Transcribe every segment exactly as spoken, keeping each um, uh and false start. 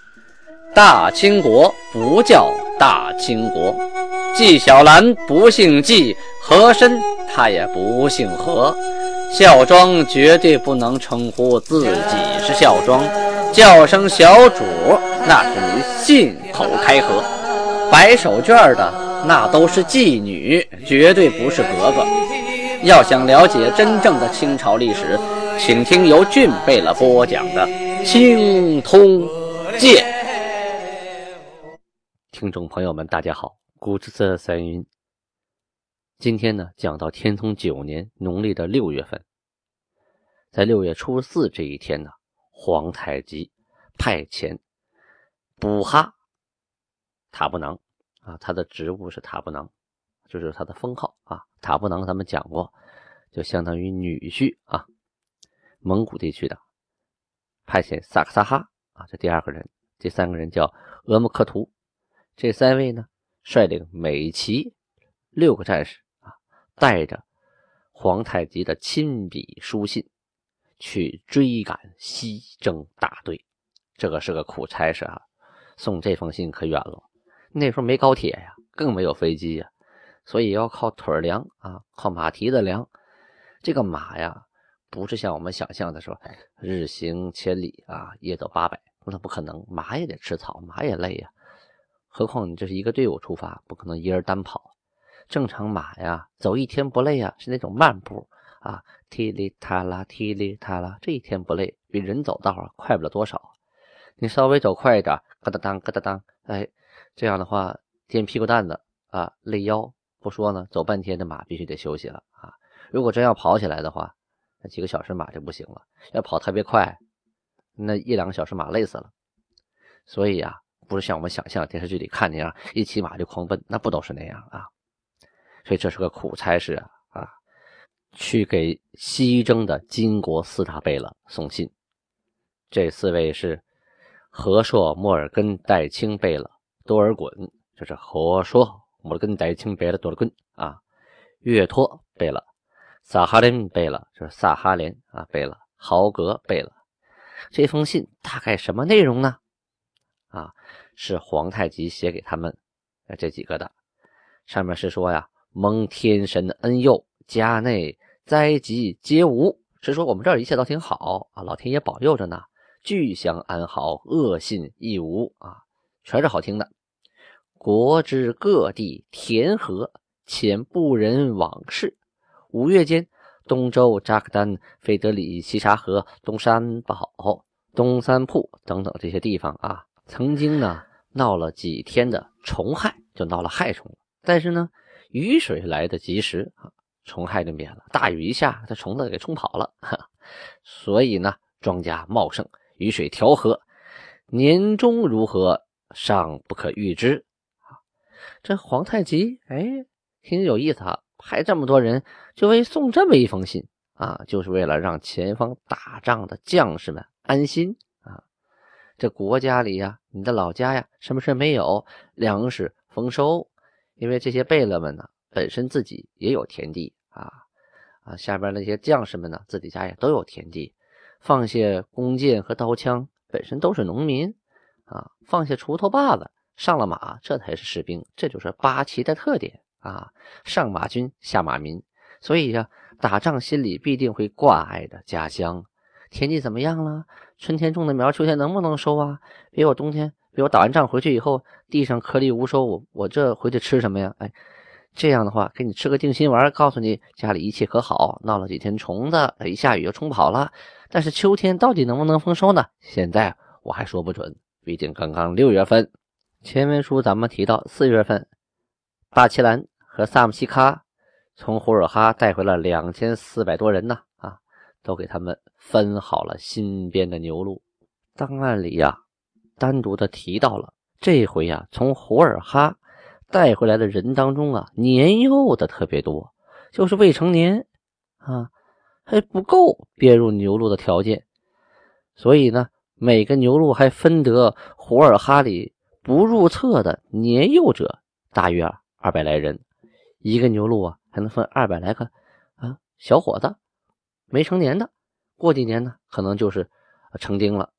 大清国不叫大清国，纪晓岚不姓纪，和珅他也不姓和。孝庄绝对不能称呼自己是孝庄，叫声小主那是你信口开河。摆手绢的那都是妓女，绝对不是格格。要想了解真正的清朝历史，请听由俊贝勒播讲的《清通鉴》。听众朋友们大家好，古之色三云。今天呢讲到天通九年农历的六月份，在六月初四这一天呢，皇太极派遣补哈塔布囊啊，他的职务是塔布囊，就是他的封号啊。塔布囊咱们讲过，就相当于女婿啊。蒙古地区的派遣萨克萨哈啊，这第二个人，第三个人叫额木克图。这三位呢，率领美骑六个战士啊，带着皇太极的亲笔书信去追赶西征大队。这个是个苦差事啊，送这封信可远了。那时候没高铁呀，更没有飞机呀，所以要靠腿粮啊，靠马蹄的粮。这个马呀，不是像我们想象的说日行千里啊，夜走八百，那不可能，马也得吃草，马也累呀。何况你这是一个队伍出发，不可能一人单跑。正常马呀，走一天不累啊，是那种慢步啊，踢里踏啦踢里踏啦，这一天不累，比人走道啊快不了多少。你稍微走快一点，咯哒当咯哒当，哎，这样的话颠屁股蛋子啊，累腰不说呢，走半天的马必须得休息了啊。如果真要跑起来的话，那几个小时马就不行了，要跑特别快，那一两个小时马累死了。所以啊，不是像我们想象电视剧里看那样一骑马就狂奔，那不都是那样啊。所以这是个苦差事啊啊，去给西征的金国四大贝勒送信。这四位是和硕、莫尔根、代清贝勒多尔衮，这是和硕、莫尔根、代清贝勒多尔衮啊。岳托贝勒、萨哈林贝勒，就是萨哈连啊贝勒、豪格贝勒。这封信大概什么内容呢？啊，是皇太极写给他们这几个的。上面是说呀，蒙天神恩佑，家内灾疾皆无，是说我们这儿一切都挺好啊，老天爷保佑着呢，俱享安好，恶信亦无啊，全是好听的。国之各地田禾，遣部人往事。五月间，东周、扎克丹、费德里、西沙河、东山堡、东三铺等等这些地方啊，曾经呢闹了几天的虫害，就闹了害虫。但是呢，雨水来得及时啊，虫害就免了。大雨一下，这虫子给冲跑了，所以呢，庄稼茂盛，雨水调和。年终如何，尚不可预知。这皇太极，哎，挺有意思啊，派这么多人，就为送这么一封信啊，就是为了让前方打仗的将士们安心啊。这国家里呀，你的老家呀，什么事没有？粮食丰收，因为这些贝勒们呢，本身自己也有田地啊啊，下边那些将士们呢，自己家也都有田地，放下弓箭和刀枪，本身都是农民啊，放下锄头把子，上了马，这才是士兵，这就是八旗的特点啊，上马军，下马民。所以呀，打仗心里必定会挂碍着家乡。田地怎么样了？春天种的苗，秋天能不能收啊？别我冬天，别我打完仗回去以后，地上颗粒无收，我我这回去吃什么呀？哎，这样的话，给你吃个定心丸，告诉你家里一切可好，闹了几天虫子，一下雨就冲跑了。但是秋天到底能不能丰收呢？现在我还说不准，毕竟刚刚六月份。前文书咱们提到四月份，巴奇兰和萨姆西卡从胡尔哈带回了两千四百多人呢啊，都给他们分好了新编的牛鹿。档案里呀，单独的提到了这回呀，从胡尔哈带回来的人当中啊，年幼的特别多，就是未成年啊，还不够编入牛鹿的条件。所以呢，每个牛鹿还分得胡尔哈里不入册的年幼者大约二百来人，一个牛鹿啊还能分二百来个啊小伙子，没成年的，过几年呢可能就是成丁了啊。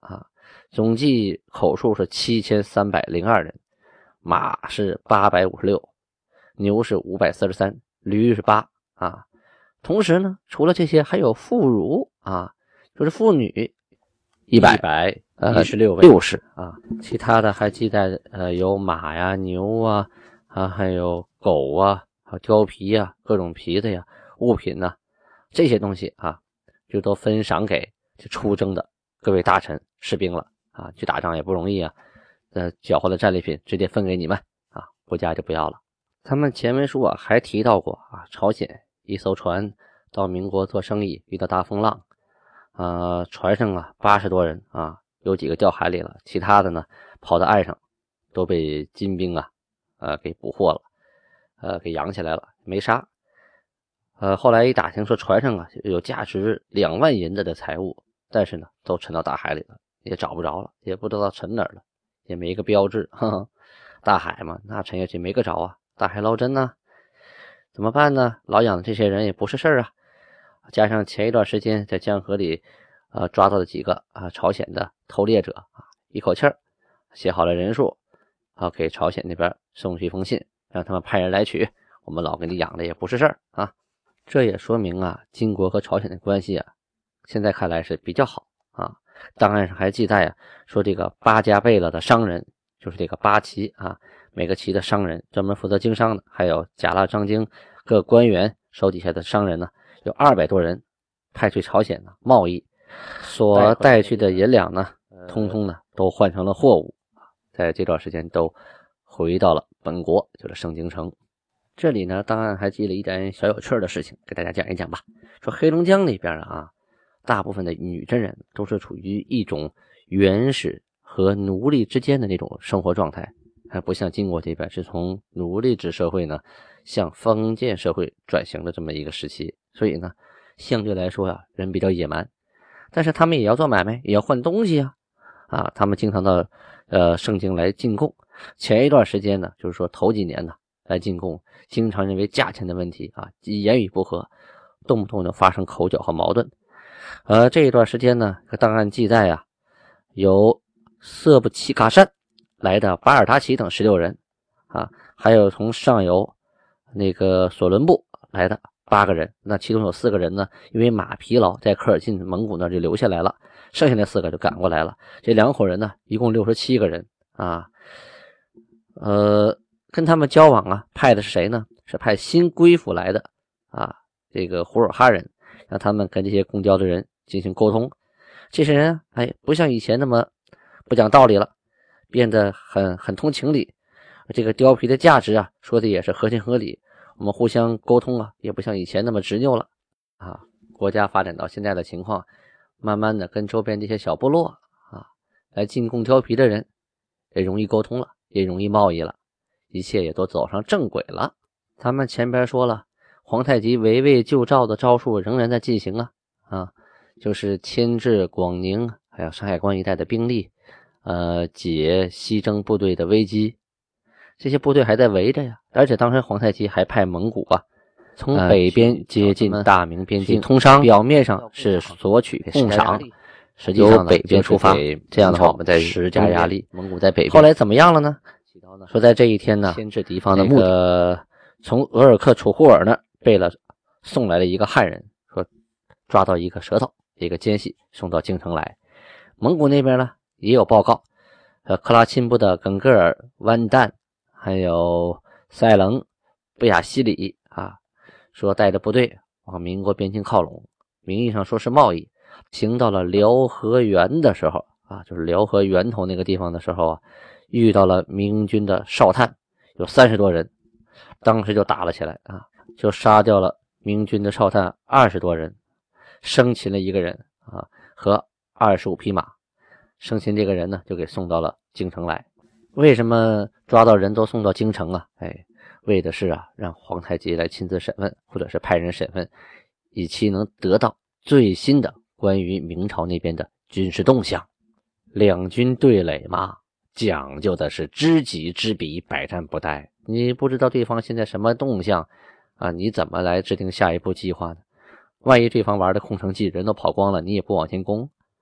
总计口数是七千三百零二人，马是八百五十六，牛是五百四十三，驴是八啊。同时呢，除了这些还有妇孺啊，就是妇女一百一十六位六十啊，其他的还记载呃有马呀、牛啊啊，还有狗啊，还有貂皮呀、各种皮子呀、物品呢、啊，这些东西啊，就都分赏给就出征的各位大臣士兵了啊。去打仗也不容易啊，呃，缴获的战利品直接分给你们啊，国家就不要了。他们前文书啊还提到过啊，朝鲜一艘船到民国做生意遇到大风浪，呃，船上啊八十多人啊，有几个掉海里了，其他的呢跑到岸上都被金兵啊呃给捕获了，呃给养起来了，没杀。呃后来一打听说船上啊有价值两万银子的财物，但是呢都沉到大海里了，也找不着了，也不知道沉哪儿了，也没个标志。呵呵，大海嘛，那沉下去没个着啊，大海捞针呢，怎么办呢？老养的这些人也不是事儿啊，加上前一段时间在江河里呃抓到了几个啊朝鲜的偷猎者啊，一口气儿写好了人数啊，给朝鲜那边送去一封信，让他们派人来取，我们老给你养的也不是事儿啊。这也说明啊，金国和朝鲜的关系啊，现在看来是比较好啊。档案上还记载啊，说这个八家贝勒的商人，就是这个八旗啊，每个旗的商人专门负责经商的，还有甲拉张京各官员手底下的商人呢，有二百多人派去朝鲜呢贸易，所带去的银两呢，通通呢都换成了货物，在这段时间都回到了本国，就是盛京城。这里呢，档案还记了一点小有趣的事情，给大家讲一讲吧。说黑龙江那边啊，大部分的女真人都是处于一种原始和奴隶之间的那种生活状态，还不像金国这边是从奴隶制社会呢向封建社会转型的这么一个时期，所以呢，相对来说啊，人比较野蛮，但是他们也要做买卖，也要换东西啊，啊，他们经常到呃盛京来进贡。前一段时间呢，就是说头几年呢来进贡，经常因为价钱的问题啊，言语不合，动不动就发生口角和矛盾。呃，这一段时间呢，档案记载啊，有色布齐卡善来的巴尔达奇等十六人啊，还有从上游那个索伦部来的八个人，那其中有四个人呢，因为马疲劳，在科尔沁蒙古那就留下来了，剩下那四个就赶过来了。这两伙人呢，一共六十七个人啊。呃，跟他们交往啊，派的是谁呢？是派新归附来的啊，这个胡尔哈人，让他们跟这些公交的人进行沟通。这些人哎，不像以前那么不讲道理了，变得很很通情理。这个貂皮的价值啊，说的也是合情合理。我们互相沟通啊，也不像以前那么执拗了啊。国家发展到现在的情况，慢慢的跟周边这些小部落啊，来进贡貂皮的人也容易沟通了，也容易贸易了，一切也都走上正轨了。咱们前边说了，皇太极围魏救赵的招数仍然在进行啊啊，就是牵制广宁还有山海关一带的兵力，呃，解西征部队的危机。这些部队还在围着呀，而且当时皇太极还派蒙古啊，从北边接近大明边境通商，表面上是索取贡赏，实际上由北边出发，这样的话我们在施加压力。蒙古在北边，后来怎么样了呢？说在这一天呢，牵制敌方的目的，从额尔克楚呼尔那贝勒送来了一个汉人，说抓到一个舌头，一个奸细送到京城来。蒙古那边呢也有报告，呃，克拉钦部的耿格尔、湾旦还有塞棱、布雅西里啊，说带着部队往民国边境靠拢，名义上说是贸易，行到了辽河源的时候啊，就是辽河源头那个地方的时候啊，遇到了明军的哨探，有三十多人，当时就打了起来啊，就杀掉了明军的哨探二十多人，生擒了一个人啊和二十五匹马，生擒这个人呢就给送到了京城来。为什么抓到人都送到京城啊？哎，为的是啊，让皇太极来亲自审问，或者是派人审问，以期能得到最新的关于明朝那边的军事动向。两军对垒嘛，讲究的是知己知彼，百战不殆。你不知道对方现在什么动向啊，你怎么来制定下一步计划呢？万一对方玩的空城计，人都跑光了，你也不往前攻，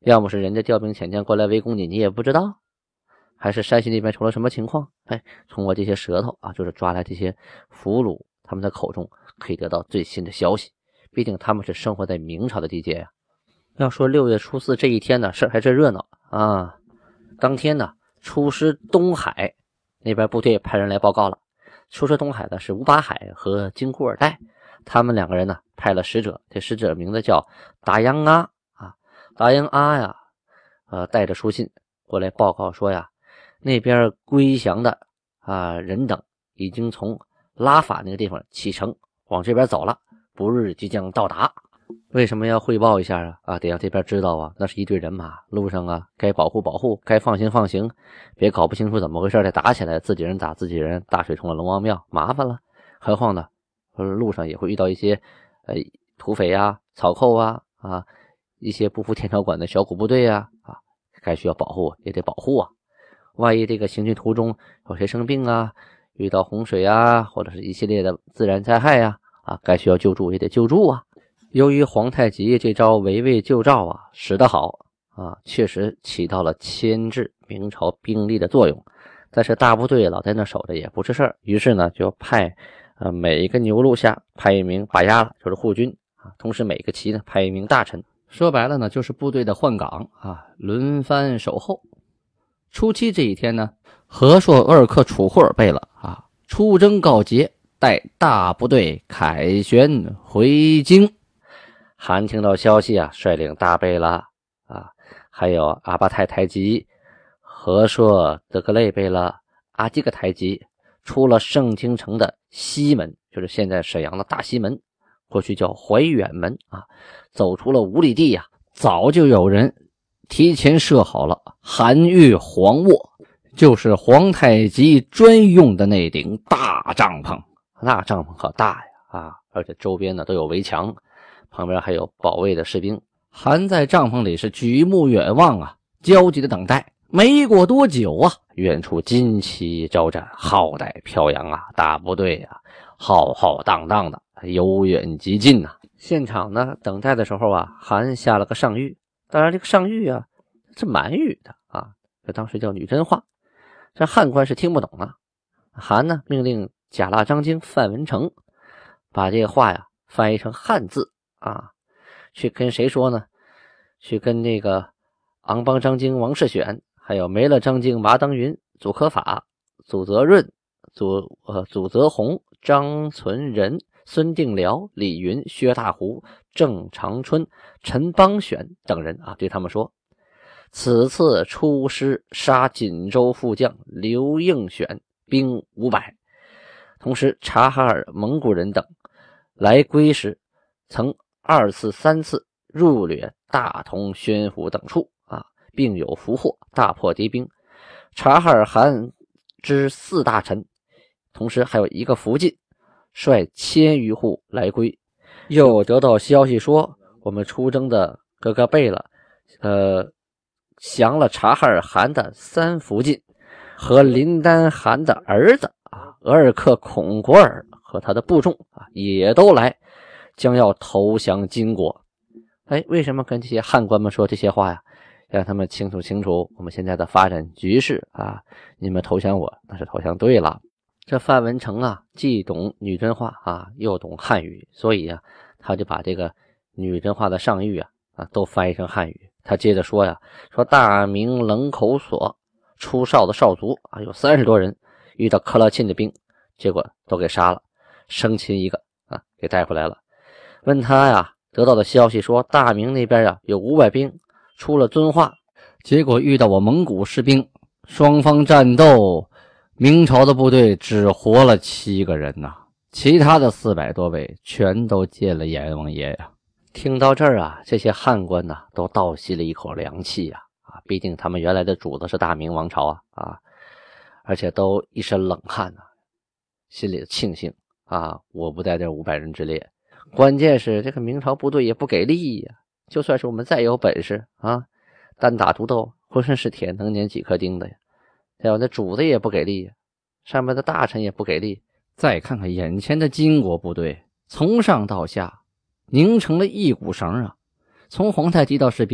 要么是人家调兵遣将过来围攻你，你也不知道，还是山西那边出了什么情况？哎，从我这些舌头啊，就是抓来这些俘虏他们的口中可以得到最新的消息，毕竟他们是生活在明朝的地界呀。要说六月初四这一天呢，事儿还真热闹啊。当天呢，出师东海那边部队派人来报告了，出师东海的是吴八海和金库尔代，他们两个人呢派了使者，这使者名字叫达央阿啊，达央阿呀，呃，带着书信过来报告说呀，那边归降的啊人等已经从拉法那个地方启程往这边走了，不日即将到达。为什么要汇报一下啊？啊，得让这边知道啊，那是一队人马，路上啊该保护保护，该放行放行，别搞不清楚怎么回事再打起来，自己人打自己人，大水冲了龙王庙，麻烦了。何况呢，路上也会遇到一些呃土匪啊、草寇啊啊一些不服天朝管的小股部队啊啊，该需要保护也得保护啊。万一这个行军途中有谁生病啊，遇到洪水啊，或者是一系列的自然灾害啊啊，该需要救助也得救助啊。由于皇太极这招围魏救赵啊使得好啊，确实起到了牵制明朝兵力的作用，但是大部队老在那守着也不是事儿，于是呢就派呃每一个牛录下派一名把押了，就是护军啊，同时每个旗呢派一名大臣，说白了呢就是部队的换岗啊，轮番守候。初七这一天呢，和硕鄂尔克楚霍尔贝勒啊出征告捷，带大部队凯旋回京。韩听到消息啊，率领大贝勒啊，还有阿巴泰台吉、和硕德格类贝勒、阿基格台吉，出了盛京城的西门，就是现在沈阳的大西门，过去叫怀远门啊，走出了五里地呀、啊，早就有人提前设好了韩愈黄卧，就是皇太极专用的那顶大帐篷，那帐篷可大呀啊，而且周边呢都有围墙，旁边还有保卫的士兵，韩在帐篷里是举目远望啊，焦急的等待。没过多久啊，远处旌旗招展，号带飘扬啊，大部队啊浩浩荡荡的由远及近啊。现场呢等待的时候啊，韩下了个上谕，当然这个上谕啊是满语的啊，这当时叫女真话，这汉官是听不懂啊。韩呢命令贾腊张京范文成把这个话呀翻译成汉字啊，去跟谁说呢？去跟那个昂邦张京王世选，还有梅勒张京麻当云、祖可法、祖泽润、祖呃祖泽宏、张存仁、孙定辽、李云、薛大湖、郑长春、陈邦选等人啊，对他们说，此次出师杀锦州副将刘应选兵五百，同时察哈尔蒙古人等来归时曾二次三次入掠大同宣府等处啊，并有俘获，大破敌兵。察哈尔汗之四大臣，同时还有一个福晋，率千余户来归。又得到消息说，我们出征的哥哥贝勒呃，降了察哈尔汗的三福晋和林丹汗的儿子啊，额尔克孔果尔和他的部众啊也都来，将要投降金国。哎，为什么跟这些汉官们说这些话呀？让他们清楚清楚我们现在的发展局势啊！你们投降我，那是投降对了。这范文成啊，既懂女真话啊，又懂汉语，所以啊，他就把这个女真话的上谕啊啊都翻译成汉语。他接着说呀，说大明冷口所出少的少卒啊，有三十多人遇到克勒沁的兵，结果都给杀了，生擒一个啊，给带回来了。问他呀，得到的消息说，大明那边啊有五百兵出了遵化，结果遇到我蒙古士兵，双方战斗，明朝的部队只活了七个人呐、啊，其他的四百多位全都见了阎王爷呀。听到这儿啊，这些汉官呐都倒吸了一口凉气呀啊，毕竟他们原来的主子是大明王朝啊啊，而且都一身冷汗呐、啊，心里庆幸啊，我不在这五百人之列。关键是这个明朝部队也不给力呀，就算是我们再有本事啊，单打独斗，浑身是铁，能碾几颗钉的呀？对吧？那主子也不给力呀，上面的大臣也不给力。再看看眼前的金国部队，从上到下拧成了一股绳啊，从皇太极到士兵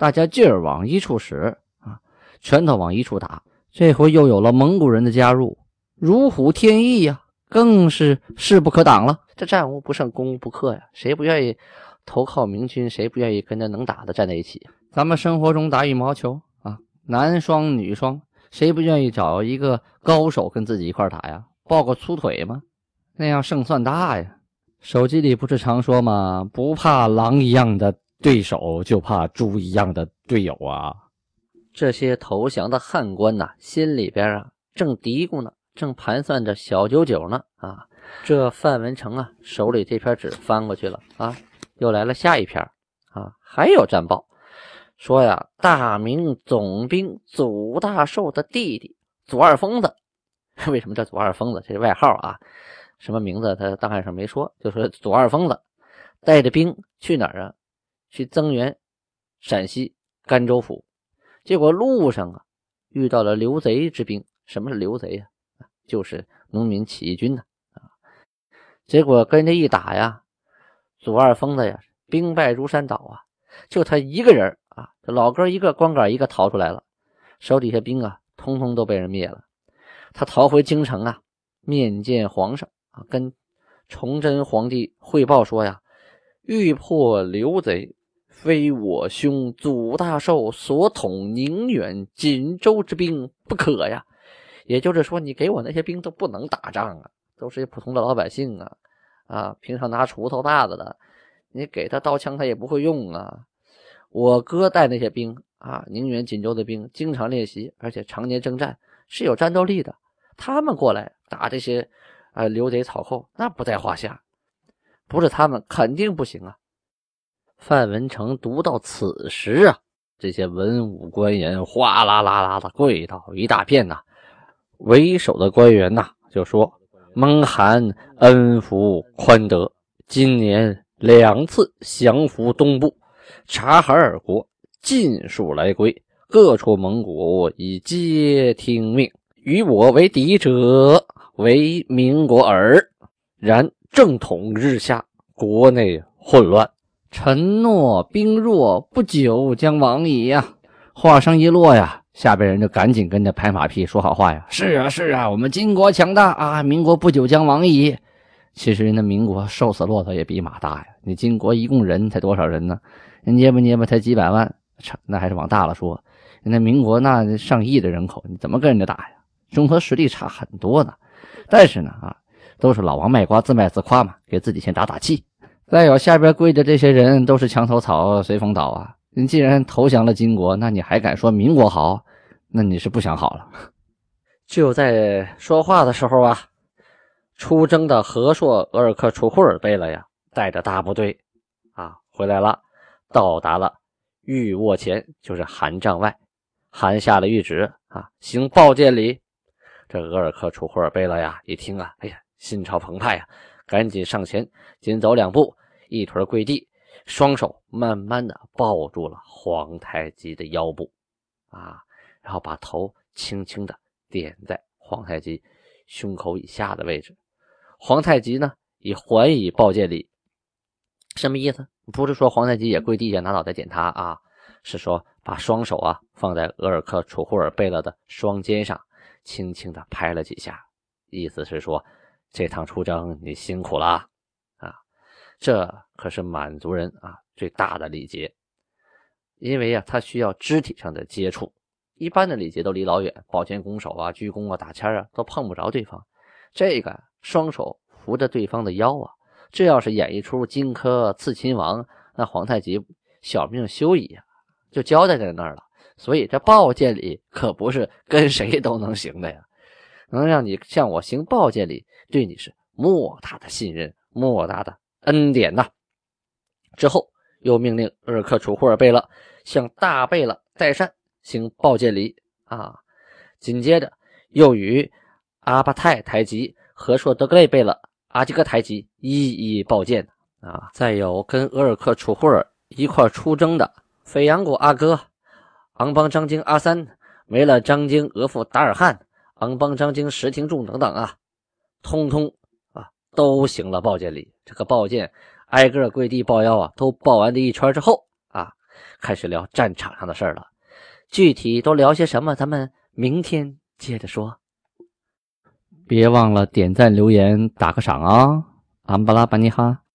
大家劲儿往一处使啊，拳头往一处打。这回又有了蒙古人的加入，如虎添翼呀、啊，更是势不可挡了。 这战无不胜，攻无不克呀，谁不愿意投靠明军，谁不愿意跟着能打的站在一起？ 咱们生活中打羽毛球啊，男双女双，谁不愿意找一个高手跟自己一块打呀？抱个粗腿吗？那样胜算大呀。手机里不是常说吗？不怕狼一样的对手，就怕猪一样的队友啊。 这些投降的汉官呐、啊，心里边啊正嘀咕呢，正盘算着小九九呢啊。这范文成啊手里这篇纸翻过去了啊，又来了下一篇啊，还有战报说呀，大明总兵祖大寿的弟弟祖二疯子，为什么叫祖二疯子？这是外号啊，什么名字他档案上没说，就说祖二疯子带着兵去哪儿啊？去增援陕西甘州府。结果路上啊遇到了刘贼之兵。什么是刘贼啊？就是农民起义军呢、啊、结果跟着一打呀，祖二疯子呀兵败如山倒啊，就他一个人啊，这老哥一个光杆一个逃出来了，手底下兵啊通通都被人灭了。他逃回京城啊，面见皇上啊，跟崇祯皇帝汇报说呀，欲破刘贼，非我兄祖大寿所统宁远锦州之兵不可呀。也就是说，你给我那些兵都不能打仗啊，都是普通的老百姓啊，啊，平常拿锄头把子的，你给他刀枪他也不会用啊。我哥带那些兵啊，宁远锦州的兵经常练习，而且常年征战，是有战斗力的。他们过来打这些啊刘贼草寇，那不在话下，不是他们肯定不行啊。范文成读到此时啊，这些文武官员哗啦啦啦的跪倒一大片呐、啊。为首的官员呐、啊、就说，蒙汗恩福宽德，今年两次降服东部，察哈尔国尽数来归，各处蒙古已皆听命，与我为敌者为民国耳。然正统日下，国内混乱，臣诺兵弱，不久将亡矣呀。话声一落呀，下边人就赶紧跟着拍马屁说好话呀。是啊是啊，我们金国强大啊，民国不久将亡矣。其实人家民国瘦死骆驼也比马大呀，你金国一共人才多少人呢？捏吧捏吧才几百万，那还是往大了说。人家民国那上亿的人口，你怎么跟人家打呀？综合实力差很多呢。但是呢啊，都是老王卖瓜自卖自夸嘛，给自己先打打气。再有下边跪的这些人都是墙头草随风倒啊。你既然投降了金国，那你还敢说民国好？那你是不想好了。就在说话的时候啊，出征的和硕额尔克楚库尔贝勒呀，带着大部队啊回来了，到达了御沃前，就是韩帐外。韩下了谕旨啊，行报见礼。这额尔克楚库尔贝勒呀，一听啊，哎呀，心潮澎湃呀，赶紧上前，紧走两步，一腿跪地，双手慢慢的抱住了皇太极的腰部啊，然后把头轻轻的点在皇太极胸口以下的位置。皇太极呢以还以报见礼。什么意思？不是说皇太极也跪地下拿脑袋点他啊，是说把双手啊放在额尔克楚库尔贝勒的双肩上，轻轻的拍了几下，意思是说这趟出征你辛苦了啊。这可是满族人啊最大的礼节，因为啊他需要肢体上的接触，一般的礼节都离老远，抱拳拱手啊、鞠躬啊、打签啊都碰不着对方。这个双手扶着对方的腰啊，这要是演一出荆轲刺秦王，那皇太极小命休矣啊，就交代在那儿了。所以这报见礼可不是跟谁都能行的呀，能让你向我行报见礼，对你是莫大的信任，莫大的恩典呐。之后又命令额尔克楚库尔贝勒向大贝勒代善行报见礼啊，紧接着又与阿巴泰台吉、和硕德格类贝勒、阿基格台吉一一报见啊。再有跟额尔克楚库尔一块出征的斐扬果阿哥、昂邦张京阿三、梅勒张京额驸达尔汉、昂邦张京石廷仲等等啊，通通啊都行了报见礼。这个报见挨个跪地抱腰啊，都抱完这一圈之后啊， 开始聊战场上的事儿了。具体都聊些什么，咱们明天接着说。 别忘了点赞、留言、打个赏啊！安巴拉巴尼哈。